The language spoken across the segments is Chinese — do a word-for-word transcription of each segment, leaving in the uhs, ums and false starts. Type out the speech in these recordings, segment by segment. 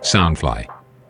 Soundfly。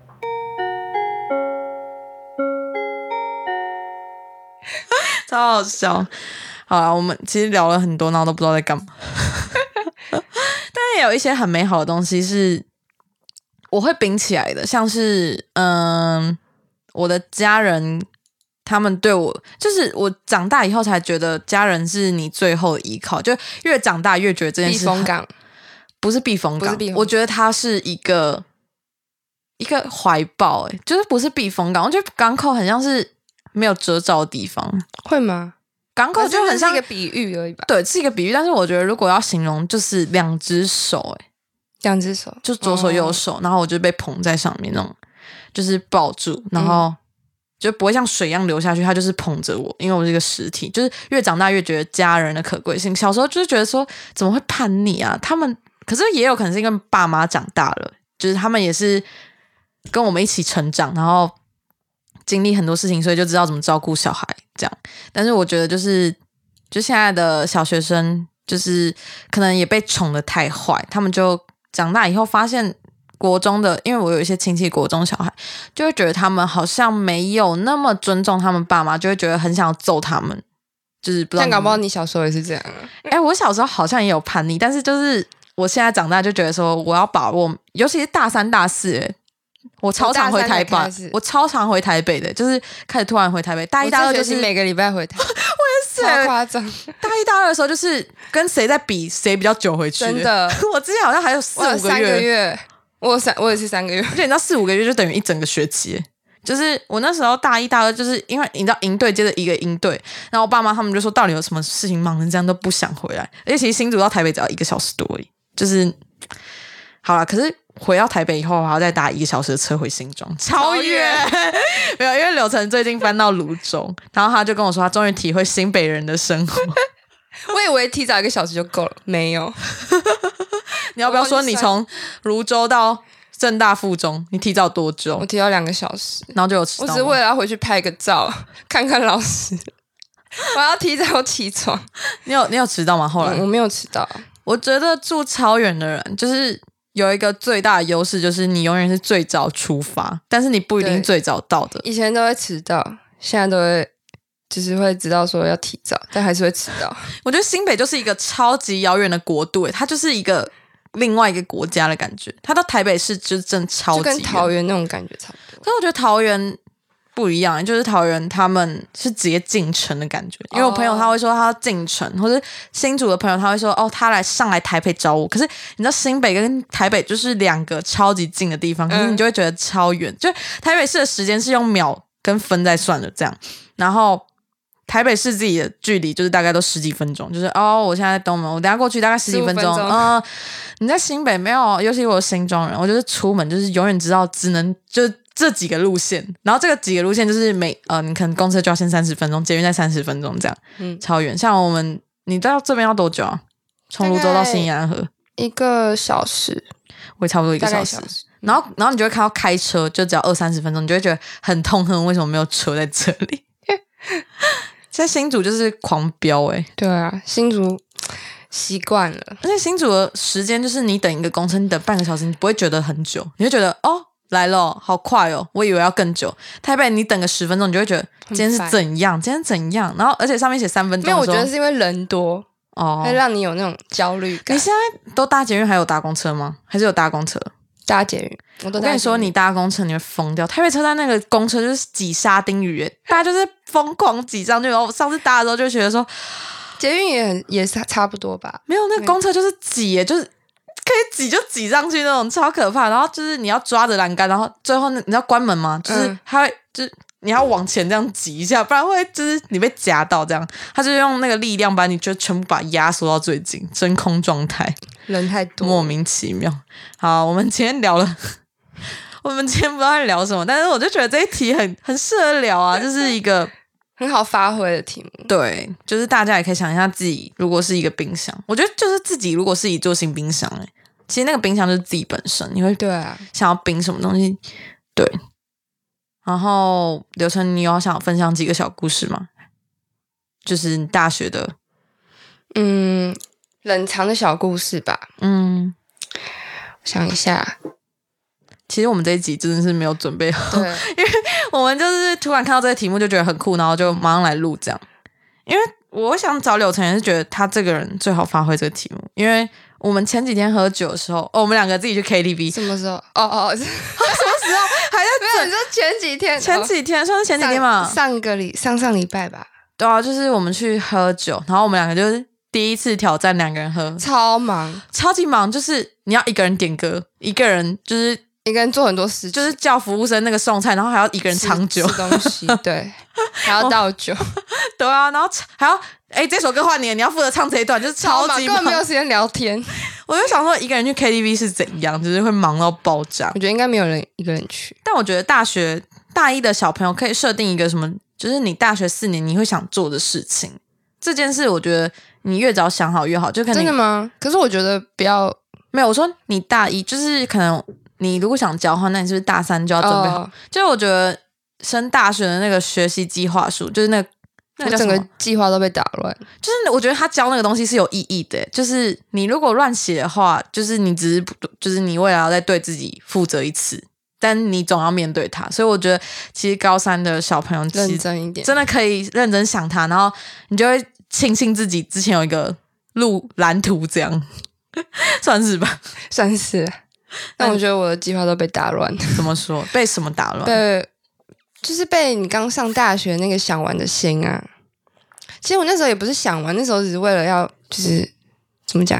超好笑。好啦，我们其实聊了很多，然后都不知道在干嘛。但也有一些很美好的东西是我会冰起来的，像是嗯，我的家人，他们对我，就是我长大以后才觉得家人是你最后的依靠，就越长大越觉得这件事避风港不是避风港， 不是避风港， 我觉得它是一个一个怀抱、欸，就是不是避风港，我觉得港口很像是没有遮罩的地方， 会吗？ 港口就很像一个比喻而已吧。 对，是一个比喻，但是我觉得如果要形容，就是两只手、欸， 两只手， 就左手右手，哦、然后我就被捧在上面那种，就是抱住，然后就不会像水一样流下去，它就是捧着我，因为我是一个实体。就是越长大越觉得家人的可贵性，小时候就是觉得说怎么会叛逆啊？他们可是也有可能是因为爸妈长大了，就是他们也是跟我们一起成长，然后经历很多事情，所以就知道怎么照顾小孩这样。但是我觉得就是就现在的小学生，就是可能也被宠得太坏，他们就长大以后发现国中的，因为我有一些亲戚国中小孩，就会觉得他们好像没有那么尊重他们爸妈，就会觉得很想要揍他们，就是不知道。 但搞不好你小时候也是这样啊。 哎、欸，我小时候好像也有叛逆，但是就是我现在长大就觉得说我要把握，尤其是大三大四、欸，我超常回台北，我超常回台北的，就是开始突然回台北。大一大二就是每个礼拜回台北，我也是、欸， 超夸张。 大一大二的时候就是跟谁在比谁比较久回去， 真的。 我之前好像还有四五个月， 三个月，我有三，我也是三个月。 而且你知道四五个月就等于一整个学期，就是我那时候大一大二，就是因为你知道营队接着一个营队，然后我爸妈他们就说到底有什么事情忙成这样都不想回来，而且其实新竹到台北只要一个小时多而已，就是好啦，可是回到台北以后还要再搭一个小时的车回新庄，超远。没有，因为柳橙最近搬到蘆洲，然后他就跟我说他终于体会新北人的生活。 我以为提早一个小时就够了，没有。 你要不要说你从蘆洲到政大附中你提早多久？ 我提早两个小时， 然后就有迟到吗？ 我只是为了要回去拍个照看看老师。我要提早起床。 你有你有迟到吗？后来、 嗯、我没有迟到。 我觉得住超远的人就是有一个最大的优势，就是你永远是最早出发，但是你不一定最早到的。 以前都会迟到，现在都会就是会知道说要提早，但还是会迟到。 我觉得新北就是一个超级遥远的国度，它就是一个另外一个国家的感觉。它到台北市就真的超级远， 就跟桃园那种感觉差不多。 可是我觉得桃园不一样，就是桃园他们是直接进城的感觉。因为我朋友他会说他要进城，或者新竹的朋友他会说哦他来上来台北找我。可是你知道新北跟台北就是两个超级近的地方，可是你就会觉得超远。嗯、就台北市的时间是用秒跟分在算的这样，然后台北市自己的距离就是大概都十几分钟，就是哦我现在在东门，我等一下过去大概十几分钟。嗯、呃，你在新北没有，尤其我新庄人，我就是出门就是永远知道只能就这几个路线，然后这个几个路线就是每呃，你可能公车就要先三十分钟，捷运再三十分钟，这样，嗯，超远。像我们，你到这边要多久啊？从蘆洲到新义安河一个小时， 我也差不多一个小时。小时然后，然后你就会看到开车就只要二三十分钟，你就会觉得很痛恨为什么没有车在这里。在新竹就是狂飙哎、欸， 对啊，新竹习惯了， 而且新竹的时间就是你等一个公车，你等半个小时，你不会觉得很久，你会觉得哦。来了，好快哦！我以为要更久。台北你等个十分钟，你就会觉得今天是怎样，今天怎样。然后而且上面写三分钟， 没有，我觉得是因为人多哦，会让你有那种焦虑感。 你现在都搭捷运还有搭公车吗？还是有搭公车？ 搭捷运，我都搭捷运。 我跟你说，你搭公车你会疯掉。台北车站那个公车就是挤沙丁鱼，大家就是疯狂挤上去。然后我上次搭的时候就觉得说， 捷运也很也是差不多吧？ 没有，那个公车就是挤耶，就是。可以挤就挤上去那种超可怕，然后就是你要抓着栏杆，然后最后你知道关门吗？就是它会、嗯、就是你要往前这样挤一下，不然会就是你被夹到这样，他就用那个力量把你就全部把压缩到最紧，真空状态， 人太多， 莫名其妙。好，我们今天聊了，我们今天不知道在聊什么，但是我就觉得这一题很很适合聊啊，就是一个。 很好发挥的题目， 对，就是大家也可以想一下自己如果是一个冰箱，我觉得就是自己如果是一座新冰箱、欸，其实那个冰箱就是自己本身，你会对啊， 想要冰什么东西，对。然后刘晨，你有想分享几个小故事吗？就是你大学的， 嗯，冷藏的小故事吧， 嗯， 想一下， 其实我们这一集真的是没有准备好， 对， 因为我们就是突然看到这个题目就觉得很酷，然后就马上来录这样。因为我想找柳成也是觉得他这个人最好发挥这个题目，因为我们前几天喝酒的时候，哦，我们两个自己去 K T V， 什么时候？哦哦，什么时候还在没有？你说前几天？ 前几天、哦、算是前几天嘛？ 上, 上个礼上上礼拜吧。 对啊，就是我们去喝酒，然后我们两个就是第一次挑战两个人喝， 超忙， 超级忙，就是你要一个人点歌，一个人就是一个人做很多事， 就是叫服务生那个送菜，然后还要一个人尝酒吃东西，对，还要倒酒， 对啊，然后还要哎、欸、这首歌换你，你要负责唱这一段，就是超级忙， 根本没有时间聊天。 我就想说，一个人去 K T V 是怎样，就是会忙到爆炸。 我觉得应该没有人一个人去， 但我觉得大学大一的小朋友可以设定一个什么，就是你大学四年你会想做的事情。这件事，我觉得你越早想好越好。就可能真的吗？可是我觉得不要， 没有。我说你大一，就是可能你如果想交换，那你是不是大三就要准备好？哦、就是我觉得升大学的那个学习计划书，就是那个。 我整个计划都被打乱， 就是我觉得他教那个东西是有意义的，就是你如果乱写的话，就是你只是就是你未来要再对自己负责一次，但你总要面对它，所以我觉得其实高三的小朋友其实认真一点， 真的可以认真想它，然后你就会庆幸自己之前有一个路蓝图，这样算是吧， 算是。但我觉得我的计划都被打乱， 怎么说？被什么打乱？ 被。就是被你刚上大学那个想玩的心啊！其实我那时候也不是想玩，那时候只是为了要，就是怎么讲，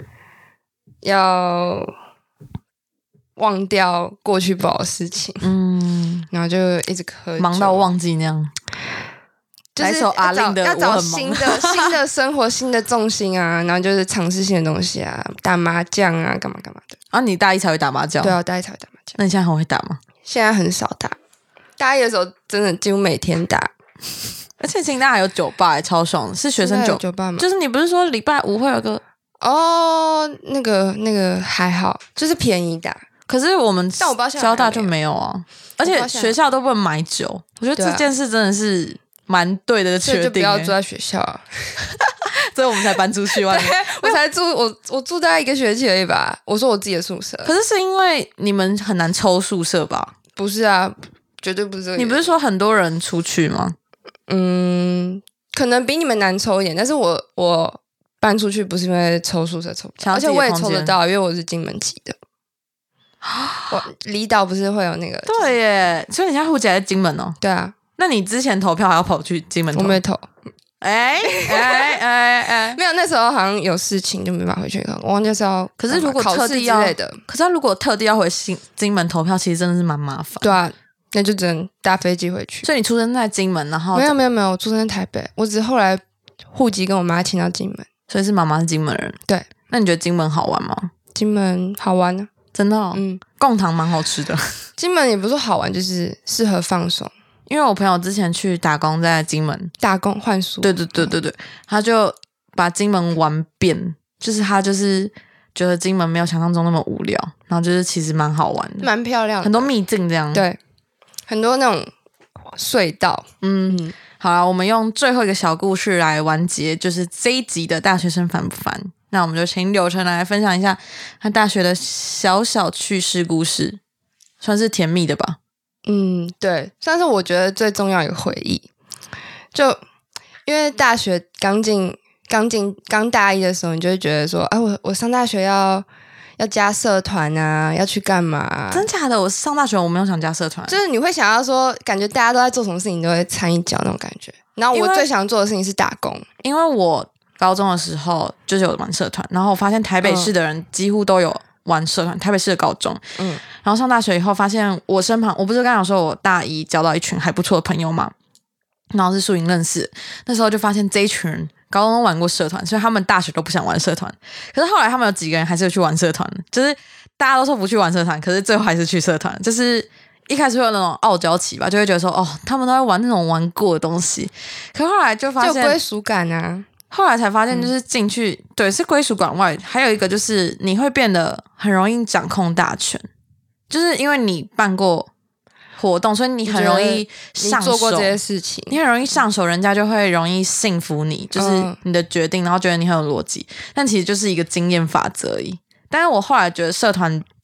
要忘掉过去不好的事情，嗯，然后就一直喝酒， 忙到忘记那样。 就是首阿令的要找新的新的生活、新的重心啊，然后就是尝试新的东西啊，打麻将啊，干嘛干嘛的。 啊，你大一才会打麻将？ 对啊，大一才会打麻将。 那你现在很会打吗？ 现在很少打。大一的时候真的几乎每天打， 而且清大还有酒吧，还超爽，是学生酒酒吧吗？ 就是你不是说礼拜五会有个哦，那个那个还好，就是便宜打。 可是我们但我不知道交大就没有啊，而且学校都不能买酒，我觉得这件事真的是蛮对的决定、欸， 就不要住在学校、啊， 所以我们才搬出去外面。 我才住我我住大概一个学期而已吧。我说我自己的宿舍， 可是是因为你们很难抽宿舍吧？ 不是啊。绝对不是这个。 你不是说很多人出去吗？ 嗯，可能比你们难抽一点，但是我我搬出去不是因为抽宿舍抽不到，而且我也抽得到，因为我是金门籍的。我离岛不是会有那个？ 对耶，所以你现在户籍在金门哦？ 对啊。 那你之前投票还要跑去金门投？ 我没投。 哎哎哎哎， 没有，那时候好像有事情就没办法回去。我忘记是要， 可是如果特地要，可是他如果特地要回新金门投票，其实真的是蛮麻烦。 对啊。那就只能搭飞机回去。 所以你出生在金门，然后没有没有没有，我出生在台北，我只是后来户籍跟我妈迁到金门， 所以是妈妈是金门人。 对， 那你觉得金门好玩吗？ 金门好玩啊， 真的、哦，嗯，贡糖蛮好吃的。 金门也不是好玩，就是适合放松。 因为我朋友之前去打工在金门， 打工换宿， 对对对对对，他就把金门玩遍，就是他就是觉得金门没有想象中那么无聊，然后就是其实蛮好玩的， 蛮漂亮的， 很多秘境这样。 对。很多那种隧道， 嗯，好啦，我们用最后一个小故事来完结，就是这一集的大学生烦不烦？那我们就请柳成来分享一下他大学的小小趣事故事，算是甜蜜的吧？ 嗯，对，算是我觉得最重要一个回忆。就因为大学刚进、刚进、刚大一的时候，你就会觉得说，啊，我我上大学要。要加社团啊，要去干嘛、啊？ 真假的？我上大学我没有想加社团， 就是你会想要说，感觉大家都在做什么事情，你都会参一脚那种感觉。然后我最想做的事情是打工， 因为我高中的时候就是有玩社团，然后我发现台北市的人几乎都有玩社团，嗯、台北市的高中，嗯，然后上大学以后发现我身旁，我不是刚刚说我大一交到一群还不错的朋友嘛，然后是宿营认识，那时候就发现这一群人。高中玩过社团，所以他们大学都不想玩社团。可是后来他们有几个人还是有去玩社团，就是大家都说不去玩社团，可是最后还是去社团。就是一开始会有那种傲娇期吧，就会觉得说哦，他们都在玩那种玩过的东西。可后来就发现就归属感啊。 后来才发现，就是进去、嗯、对是归属感外，还有一个就是你会变得很容易掌控大权，就是因为你办过。活动，所以你很容易上手， 你做过这些事情， 你很容易上手，人家就会容易信服你，就是你的决定，然后觉得你很有逻辑，但其实就是一个经验法则而已。但是我后来觉得社团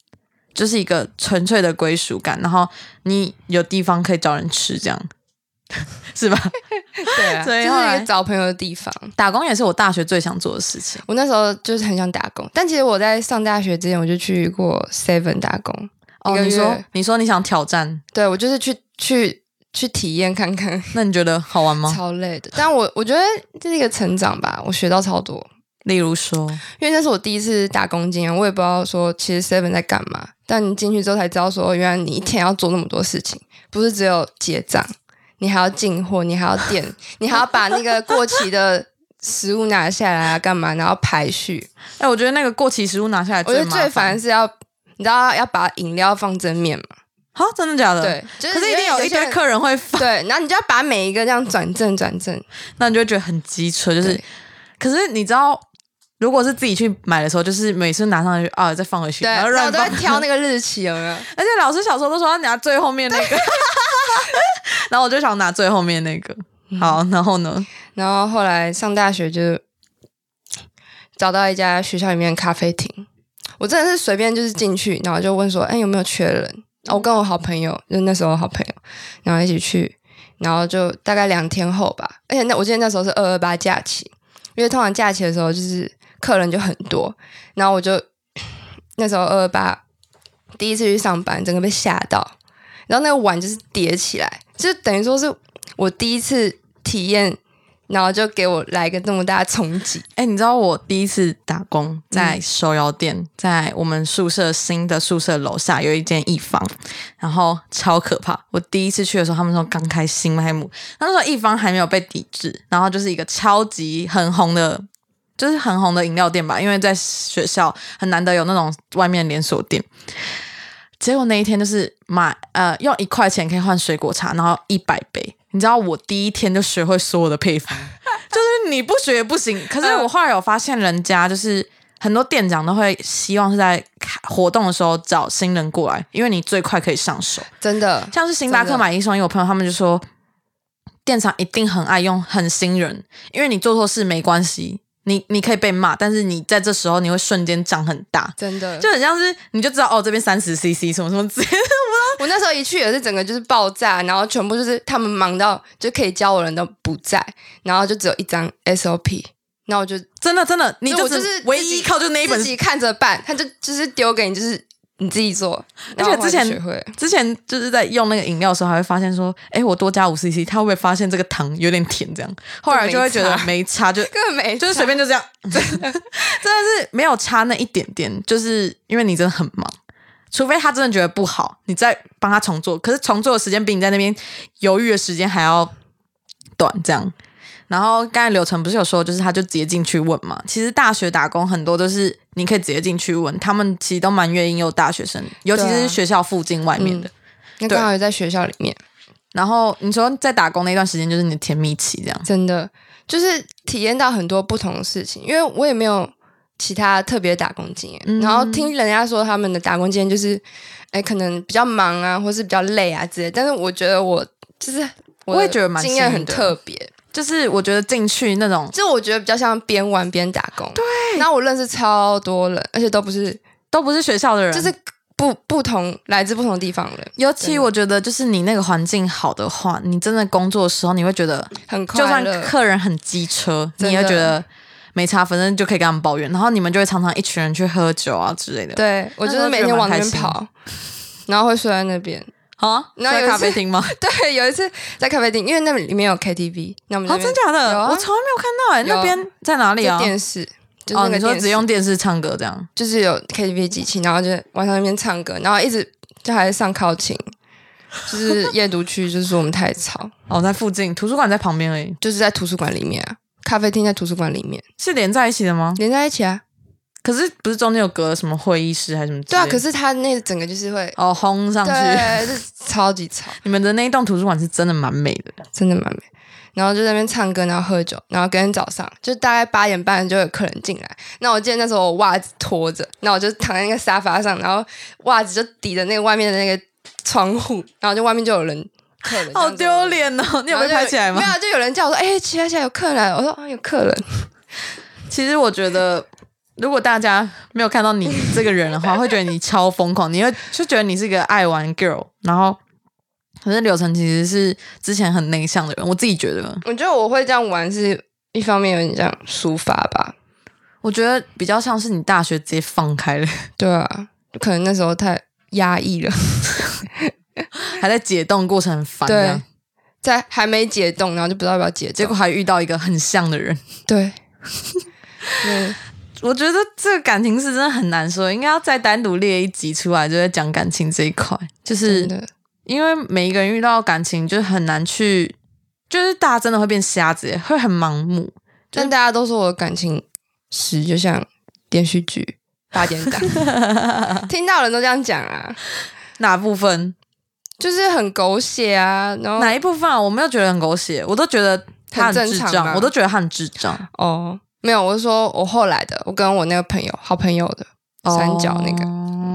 就是一个纯粹的归属感，然后你有地方可以找人吃，这样是吧？ 对啊，就是所以后来一个找朋友的地方。 打工也是我大学最想做的事情。 我那时候就是很想打工，但其实我在上大学之前我就去过 Seven 打工。 哦，你说你说你想挑战？ 对，我就是去去去体验看看。 那你觉得好玩吗？ 超累的，但我我觉得这是一个成长吧，我学到超多。 例如说， 因为那是我第一次打工经验，我也不知道说其实 Seven 在干嘛，但你进去之后才知道说，原来你一天要做那么多事情，不是只有结账，你还要进货，你还要点，你还要把那个过期的食物拿下来啊，干嘛？然后排序。 哎、欸，我觉得那个过期食物拿下来我觉得最烦的是要，你知道要把饮料放正面吗？ 好，真的假的？ 对，就是、 可是一定有一堆客人会放。 对，然后你就要把每一个这样转正转正， 那你就会觉得很机车，就是。可是你知道，如果是自己去买的时候，就是每次拿上去啊，再放回去， 对， 然后然后都会挑那个日期，有没有？ 而且老师小时候都说要拿最后面那个，然后我就想拿最后面那个。好，然后呢？ 然后后来上大学就找到一家学校里面的咖啡厅，我真的是随便就是进去，然后就问说，哎，有没有缺人？我跟我好朋友，就是那时候好朋友，然后一起去，然后就大概两天后吧，而且那我记得那时候是二二八假期，因为通常假期的时候就是客人就很多，然后我就那时候二二八第一次去上班，整个被吓到，然后那个碗就是叠起来，就等于说是我第一次体验。然后就给我来一个这么大的冲击。 哎，你知道我第一次打工在手摇店，嗯、在我们宿舍新的宿舍楼下有一间一房，然后超可怕。我第一次去的时候，他们说刚开新开幕，那时候一房还没有被抵制，然后就是一个超级很红的，就是很红的饮料店吧，因为在学校很难得有那种外面连锁店。结果那一天就是买呃用一块钱可以换水果茶，然后一百杯。你知道我第一天就学会所有的配方，就是你不学也不行。可是我后来有发现，人家就是很多店长都会希望是在活动的时候找新人过来，因为你最快可以上手。 真的， 像是星巴克买一送一，我朋友他们就说，店长一定很爱用很新人，因为你做错事没关系。你你可以被骂，但是你在这时候你会瞬间长很大， 真的就很像是你就知道哦，这边三十 C C 什么什么之类的。 我那时候一去也是整个就是爆炸，然后全部就是他们忙到就可以教我的人都不在，然后就只有一张 S O P， 然后我就真的真的，你就就是唯一依靠就是那一本， 自己看着办，他就就是丢给你，就是你自己做。 而且之前之前就是在用那个饮料的时候，还会发现说，哎，我多加五 C C， 他会不会发现这个糖有点甜？这样，后来就会觉得没差，就根本没差， 就是随便就这样，真的真的是没有差那一点点，就是因为你真的很忙。除非他真的觉得不好，你再帮他重做。可是重做的时间比你在那边犹豫的时间还要短，这样。然后刚才流程不是有说，就是他就直接进去问嘛。其实大学打工很多都是你可以直接进去问，他们其实都蛮愿意有大学生，尤其是学校附近外面的。 那刚好也在学校里面。 然后你说在打工那段时间就是你的甜蜜期，这样真的就是体验到很多不同的事情，因为我也没有。其他特别打工经验、嗯，然后听人家说他们的打工经验就是，哎，可能比较忙啊，或是比较累啊之类。但是我觉得我就是我， 我也觉得蛮经验很特别， 就是我觉得进去那种， 就我觉得比较像边玩边打工。 对， 然后我认识超多人，而且都不是都不是学校的人， 就是不不同来自不同地方的人。 尤其我觉得，就是你那个环境好的话，你真的工作的时候，你会觉得很快乐， 就算客人很机车，你也会觉得。没差，反正就可以跟他们抱怨，然后你们就会常常一群人去喝酒啊之类的。 对，我就是每天往那边跑，然后会睡在那边。 啊，在咖啡厅吗？ 对，有一次在咖啡厅，因为那里面有 K T V， 那我们哦，真假的？我从来没有看到哎、欸，那边在哪里啊？ 电视，就是那个电视哦，你说只用电视唱歌这样？ 就是有 K T V 机器，然后就晚上那边唱歌，然后一直就还上靠琴，就是夜读区，就是说我们太吵。 哦，在附近，图书馆在旁边而已， 就是在图书馆里面啊。咖啡厅在图书馆里面是连在一起的吗？ 连在一起啊， 可是不是中间有隔什么会议室还是什么？ 对啊，可是它那整个就是会哦轰上去， 对，是超级吵。 你们的那一栋图书馆是真的蛮美的， 真的蛮美。然后就在那边唱歌，然后喝酒，然后隔天早上就大概八点半就有客人进来。那我记得那时候我袜子拖着，那我就躺在那个沙发上，然后袜子就抵着那个外面的那个窗户，然后就外面就有人。客人好丢脸哦！你有被拍起来吗？ 没有，就有人叫我说：“哎、欸，起来起来，有客人来！”我说：“啊，有客人。” 其实我觉得如果大家没有看到你这个人的话，会觉得你超疯狂，你会就觉得你是一个爱玩 girl， 然后可是柳橙其实是之前很内向的人，我自己觉得。 我觉得我会这样玩是一方面有点像抒发吧， 我觉得比较像是你大学直接放开了。 对啊，可能那时候太压抑了， 还在解冻过程很烦， 对，在还没解冻，然后就不知道要不要解冻， 结果还遇到一个很像的人。 对。对， 我觉得这个感情是真的很难说，应该要再单独列一集出来，就在讲感情这一块。就是因为每一个人遇到感情，就是很难去，就是大家真的会变瞎子，会很盲目。 但大家都说我的感情史就像连续剧八点档，听到人都这样讲啊。 哪部分？ 就是很狗血啊。然后哪一部分啊？我没有觉得很狗血，我都觉得他很智障，我都觉得他很智障。 哦，没有，我是说我后来的，我跟我那个朋友，好朋友的三角那个。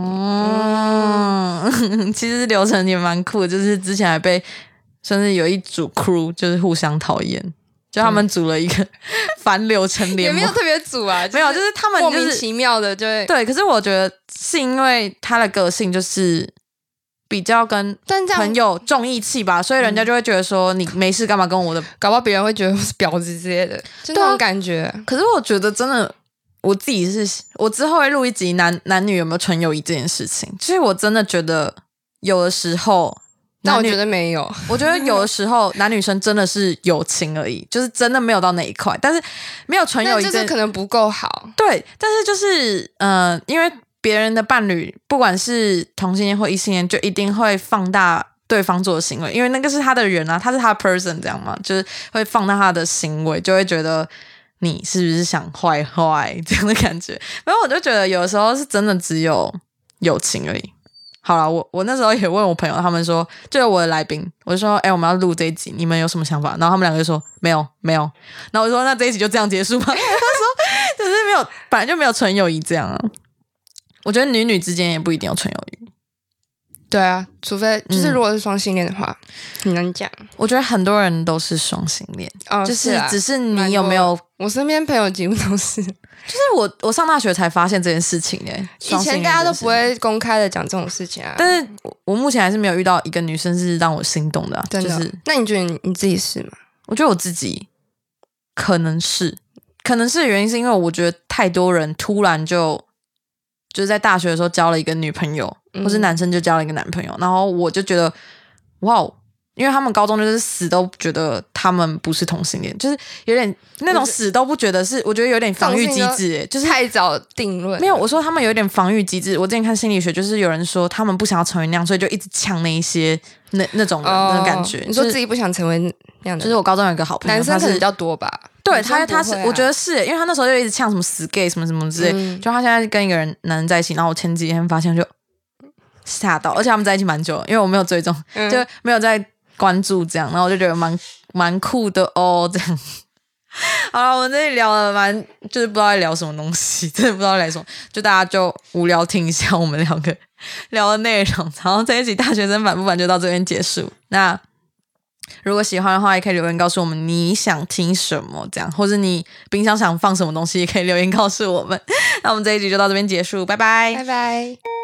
嗯，其实流程也蛮酷的，就是之前还被算是有一组 crew 就是互相讨厌，就他们组了一个反柳橙联盟， 也没有特别组啊， 没有，就是他们、就是、 莫名其妙的就会对。可是我觉得是因为他的个性就是比较跟朋友重义气吧，所以人家就会觉得说你没事干嘛跟我的， 搞不好别人会觉得我是婊子之类的，就那种感觉。 啊、可是我觉得真的。我自己是，我之后会录一集男男女有没有纯友谊这件事情。所以我真的觉得有的时候， 但我觉得没有。 我觉得有的时候男女生真的是友情而已，就是真的没有到那一块，但是没有纯友谊， 就是可能不够好。 对，但是就是呃，因为别人的伴侣，不管是同性恋或异性恋，就一定会放大对方做的行为，因为那个是他的人啊，他是他的 person， 这样嘛，就是会放大他的行为，就会觉得。你是不是想坏坏这样的感觉？然后我就觉得有的时候是真的只有友情而已。好啦，我我那时候也问我朋友，他们说就是我的来宾，我就说哎、欸，我们要录这一集，你们有什么想法？然后他们两个就说没有没有。然后我就说那这一集就这样结束吗？他说就是没有，本来就没有纯友谊这样啊。我觉得女女之间也不一定有纯友谊。 对啊，除非就是如果是双性恋的话，很难讲。 我觉得很多人都是双性恋， 哦、 就是是只是你有没有？ 我身边朋友几乎都是， 就是我我上大学才发现这件事情耶。 以前大家都不会公开的讲这种事情啊。 但是我目前还是没有遇到一个女生是让我心动的、啊， 真的。 就是、 那你觉得 你, 你自己是吗？ 我觉得我自己可能是，可能是的原因是因为我觉得太多人突然就就是在大学的时候交了一个女朋友。或是男生就交了一个男朋友，然后我就觉得哇，因为他们高中就是死都觉得他们不是同性恋，就是有点那种死都不觉得是，我觉得有点防御机制、欸，就是太早定论。 没有，我说他们有点防御机制。我之前看心理学，就是有人说他们不想要成为那样，所以就一直呛那一些那那种人的感觉、哦。 你说自己不想成为那样的， 就是我高中有一个好朋友， 男生可能比较多吧。 对他，他是、啊、我觉得是，因为他那时候就一直呛什么死 gay 什么什么之类，嗯、就他现在跟一个人男人在一起，然后我前几天发现就。吓到，而且他们在一起蛮久了，因为我没有追踪、嗯，就没有在关注这样，然后我就觉得蛮蛮酷的哦，这样。好了，我们这里聊了蛮，就是不知道在聊什么东西，真的不知道在聊什么，就大家就无聊听一下我们两个聊的内容，然后这一集大学生反不反就到这边结束。那如果喜欢的话，也可以留言告诉我们你想听什么，这样，或者你冰箱想放什么东西，也可以留言告诉我们。那我们这一集就到这边结束，拜拜， 拜拜。